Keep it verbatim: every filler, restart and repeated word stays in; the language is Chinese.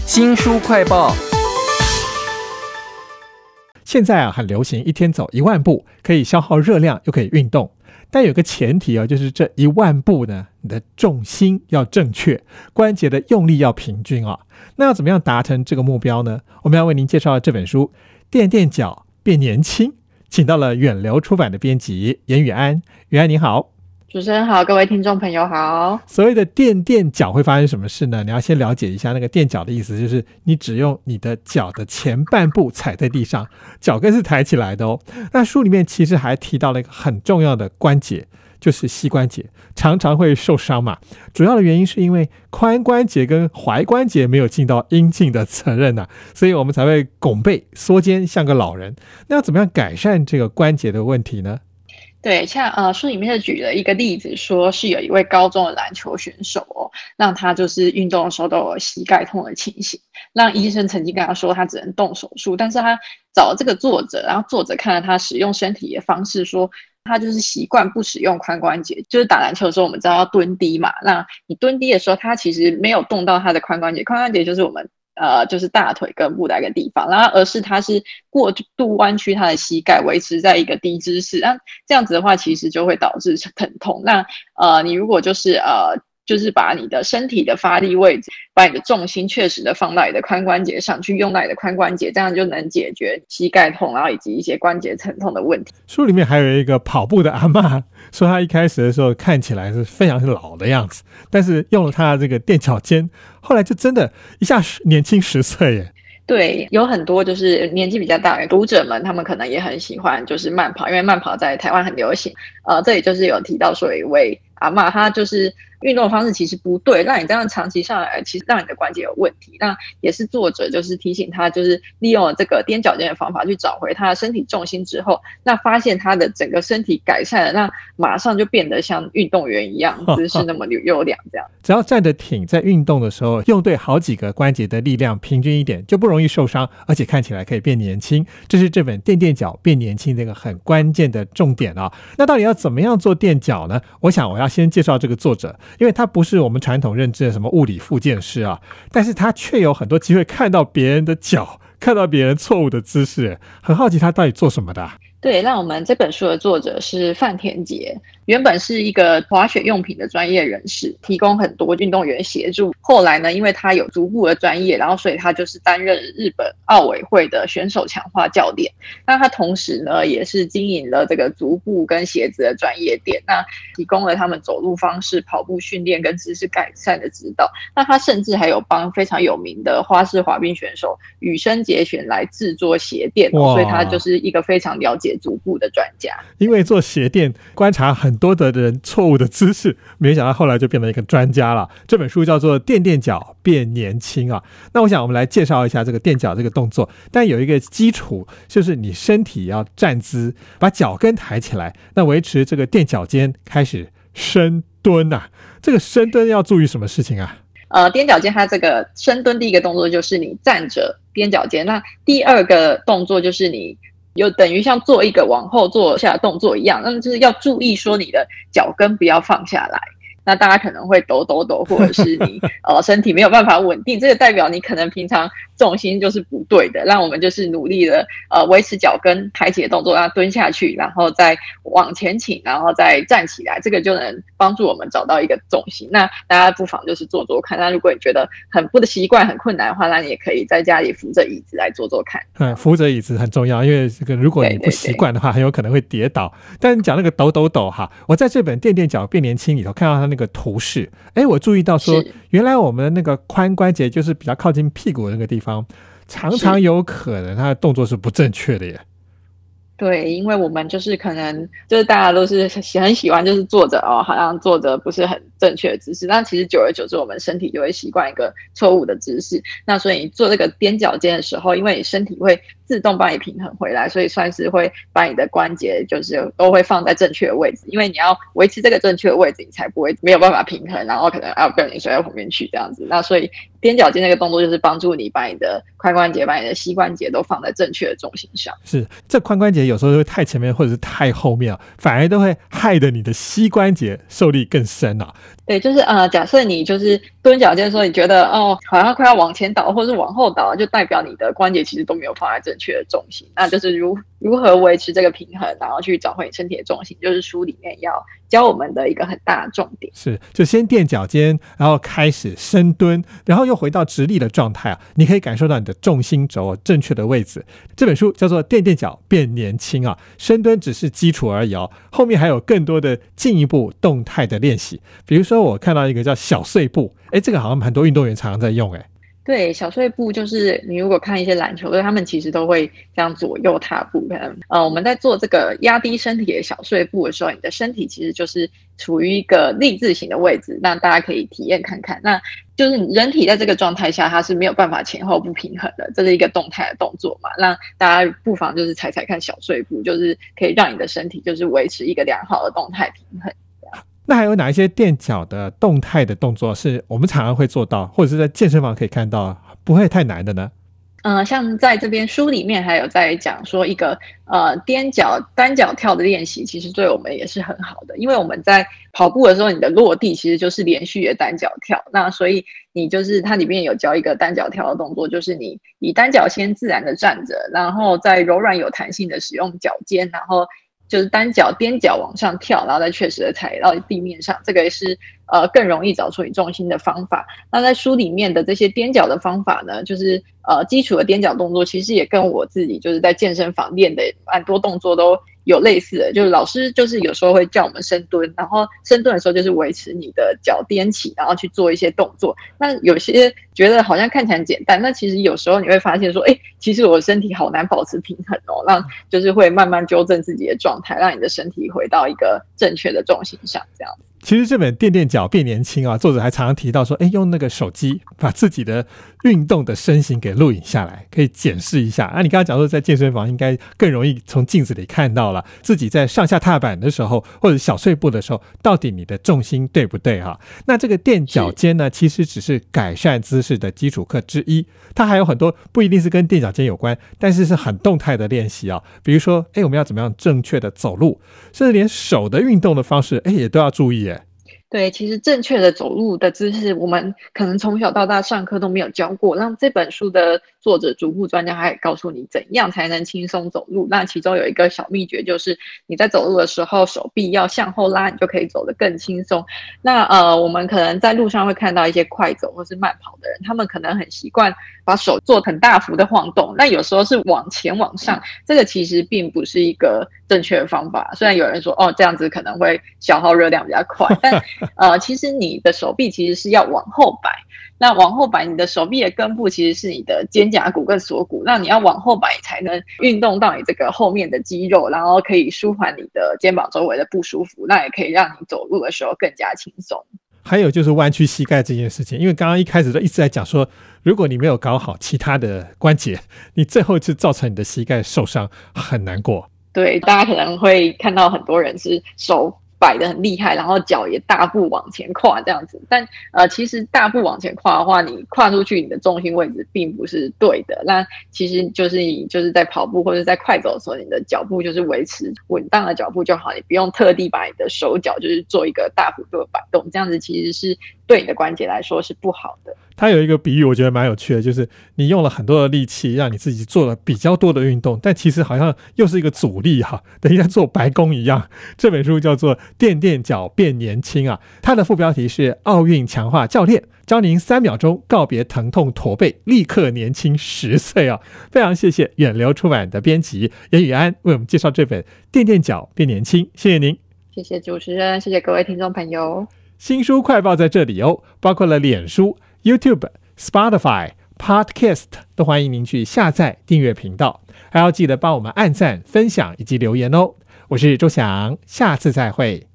新书快报。 现在啊，很流行一天走一万步，可以消耗热量又可以运动，但有个前提啊，就是这一万步呢，你的重心要正确，关节的用力要平均啊。那要怎么样达成这个目标呢？我们要为您介绍这本书《垫垫脚变年轻》，请到了远流出版的编辑严宇安。宇安你好。 主持人好，各位听众朋友好。 所谓的垫垫脚会发生什么事呢？你要先了解一下那个垫脚的意思，就是你只用你的脚的前半部踩在地上，脚跟是抬起来的哦。那书里面其实还提到了一个很重要的关节，就是膝关节，常常会受伤嘛。主要的原因是因为髋关节跟踝关节没有尽到应尽的责任啊，所以我们才会拱背缩肩像个老人。那要怎么样改善这个关节的问题呢？ 对，像呃书里面就举了一个例子，说是有一位高中的篮球选手哦，让他就是运动的时候都有膝盖痛的情形，让医生曾经跟他说他只能动手术，但是他找了这个作者，然后作者看了他使用身体的方式，说他就是习惯不使用髋关节，就是打篮球的时候我们知道要蹲低嘛，那你蹲低的时候他其实没有动到他的髋关节，髋关节就是我们呃，就是大腿根部的一个地方，然后而是它是过度弯曲它的膝盖，维持在一个低姿势，那这样子的话，其实就会导致疼痛。那呃，你如果就是呃，就是把你的身体的发力位置，把你的重心确实的放到你的髋关节上去，用到你的髋关节，这样就能解决膝盖痛，然后以及一些关节疼痛的问题。 书里面还有一个跑步的阿嬷，说她一开始的时候看起来是非常老的样子，但是用了她的这个垫脚尖，后来就真的一下年轻十岁耶。 对，有很多就是年纪比较大的读者们，他们可能也很喜欢就是慢跑，因为慢跑在台湾很流行。呃，这里就是有提到说有一位阿嬷，她就是运动的方式其实不对，让你这样长期下来，其实让你的关节有问题。那也是作者就是提醒他，就是利用了这个踮脚尖的方法去找回他的身体重心之后，那发现他的整个身体改善了，那马上就变得像运动员一样，姿势那么优良这样。 只要站得挺，在运动的时候用对好几个关节的力量平均一点，就不容易受伤，而且看起来可以变年轻。这是这本垫垫脚变年轻这个很关键的重点啊。那到底要怎么样做垫脚呢？我想我要先介绍这个作者，因为他不是我们传统认知的什么物理复健师啊，但是他却有很多机会看到别人的脚，看到别人错误的姿势，很好奇他到底做什么的啊。 对，那我们这本书的作者是范田杰，原本是一个滑雪用品的专业人士，提供很多运动员协助。后来呢，因为他有足部的专业，然后所以他就是担任日本奥委会的选手强化教练。那他同时呢，也是经营了这个足部跟鞋子的专业店，那提供了他们走路方式、跑步训练跟姿势改善的指导。那他甚至还有帮非常有名的花式滑冰选手羽生结弦来制作鞋垫，所以他就是一个非常了解足部的专家。 因为做鞋垫观察很多的人错误的姿势，没想到后来就变成一个专家了。这本书叫做垫垫脚变年轻啊。那我想我们来介绍一下这个垫脚这个动作，但有一个基础，就是你身体要站姿，把脚跟抬起来，那维持这个垫脚尖，开始深蹲啊。这个深蹲要注意什么事情啊？ 呃，踮脚尖它这个深蹲第一个动作就是你站着踮脚尖，那第二个动作就是你有等于像做一个往后坐下的动作一样，那就是要注意说你的脚跟不要放下来。那大家可能会抖抖抖，或者是你呃身体没有办法稳定，这个代表你可能平常重心就是不对的。让我们就是努力的呃维持脚跟抬起的动作，让它蹲下去，然后再往前倾，然后再站起来，这个就能帮助我们找到一个重心。那大家不妨就是做做看。那如果你觉得很不的习惯、很困难的话，那你也可以在家里扶着椅子来做做看。 嗯，扶着椅子很重要，因为这个如果你不习惯的话，很有可能会跌倒。但你讲那个抖抖抖哈，我在这本垫垫脚变年轻里头看到他那个图示，哎，我注意到说，原来我们的那个髋关节就是比较靠近屁股的那个地方，常常有可能他的动作是不正确的耶。 对，因为我们就是可能就是大家都是很喜欢就是坐着哦，好像坐着不是很正确的姿势，那其实久而久之我们身体就会习惯一个错误的姿势。那所以你做这个踮脚尖的时候，因为你身体会自动帮你平衡回来，所以算是会把你的关节就是都会放在正确的位置，因为你要维持这个正确的位置，你才不会没有办法平衡，然后可能要不小心摔到旁边去这样子。那所以踮脚尖那个动作就是帮助你把你的髋关节、把你的膝关节都放在正确的重心上。 是，这髋关节有时候会太前面或者是太后面、啊、反而都会害得你的膝关节受力更深啊。 对，就是呃，假设你就是蹲脚尖的时候，你觉得哦，好像快要往前倒或是往后倒，就代表你的关节其实都没有放在正确的重心。那就是如如何维持这个平衡，然后去找回你身体的重心，就是书里面要教我们的一个很大的重点。 是，就先垫脚尖，然后开始深蹲，然后又回到直立的状态啊，你可以感受到你的重心轴正确的位置。这本书叫做《垫垫脚变年轻》啊，深蹲只是基础而已哦，后面还有更多的进一步动态的练习，比如说我看到一个叫小碎步，哎，这个好像很多运动员常常在用哎。 对，小碎步就是你如果看一些篮球队，他们其实都会这样左右踏步。可能呃，我们在做这个压低身体的小碎步的时候，你的身体其实就是处于一个立字形的位置。那大家可以体验看看，那就是人体在这个状态下，它是没有办法前后不平衡的，这是一个动态的动作嘛。那大家不妨就是踩踩看小碎步，就是可以让你的身体就是维持一个良好的动态平衡。 那还有哪一些垫脚的动态的动作是我们常常会做到，或者是在健身房可以看到，不会太难的呢？ 呃，像在这边书里面还有在讲说一个呃踮脚单脚跳的练习，其实对我们也是很好的，因为我们在跑步的时候，你的落地其实就是连续的单脚跳，那所以你就是它里面有教一个单脚跳的动作，就是你以单脚先自然的站着，然后再柔软有弹性的使用脚尖，然后就是单脚踮脚往上跳，然后再确实的踩到地面上，这个是呃更容易找出你重心的方法。那在书里面的这些踮脚的方法呢，就是呃基础的踮脚动作，其实也跟我自己就是在健身房练的蛮多动作都有类似的，就是老师就是有时候会叫我们深蹲，然后深蹲的时候就是维持你的脚踮起，然后去做一些动作。那有些觉得好像看起来很简单，那其实有时候你会发现说，哎，其实我的身体好难保持平衡哦，那就是会慢慢纠正自己的状态，让你的身体回到一个正确的重心上，这样。 其实这本垫垫脚变年轻啊，作者还常常提到说，哎，用那个手机把自己的运动的身形给录影下来，可以检视一下。啊，你刚刚讲说在健身房应该更容易从镜子里看到了自己在上下踏板的时候，或者小碎步的时候，到底你的重心对不对啊？那这个垫脚尖呢，其实只是改善姿势的基础课之一，它还有很多不一定是跟垫脚尖有关，但是是很动态的练习啊。比如说，哎，我们要怎么样正确的走路，甚至连手的运动的方式，哎，也都要注意哎。 对，其实正确的走路的姿势，我们可能从小到大上课都没有教过。那这本书的作者足部专家还告诉你怎样才能轻松走路。那其中有一个小秘诀，就是你在走路的时候，手臂要向后拉，你就可以走得更轻松。那呃，我们可能在路上会看到一些快走或是慢跑的人，他们可能很习惯把手做很大幅的晃动，那有时候是往前往上，这个其实并不是一个正确的方法。虽然有人说哦，这样子可能会消耗热量比较快，但呃，其实你的手臂其实是要往后摆，那往后摆，你的手臂的根部其实是你的肩胛骨跟锁骨，那你要往后摆才能运动到你这个后面的肌肉，然后可以舒缓你的肩膀周围的不舒服，那也可以让你走路的时候更加轻松。 还有就是弯曲膝盖这件事情，因为刚刚一开始都一直在讲说，如果你没有搞好其他的关节，你最后就造成你的膝盖受伤，很难过。 对，大家可能会看到很多人是手摆得很厉害，然后脚也大步往前跨这样子，但呃，其实大步往前跨的话，你跨出去，你的重心位置并不是对的。那其实就是你就是在跑步或者在快走的时候，你的脚步就是维持稳当的脚步就好，你不用特地把你的手脚就是做一个大幅度的摆动，这样子其实是对你的关节来说是不好的。 他有一个比喻我觉得蛮有趣的，就是你用了很多的力气让你自己做了比较多的运动，但其实好像又是一个阻力哈，等于在做白工一样。这本书叫做垫垫脚变年轻啊，它的副标题是奥运强化教练，教您三秒钟告别疼痛驼背，立刻年轻十岁啊！非常谢谢远流出版的编辑严宇安为我们介绍这本垫垫脚变年轻，谢谢您。 谢谢主持人，谢谢各位听众朋友。 新书快报在这里哦，包括了脸书、YouTube、Spotify、Podcast 都欢迎您去下载订阅频道，还要记得帮我们按赞、分享以及留言哦。我是周翔，下次再会。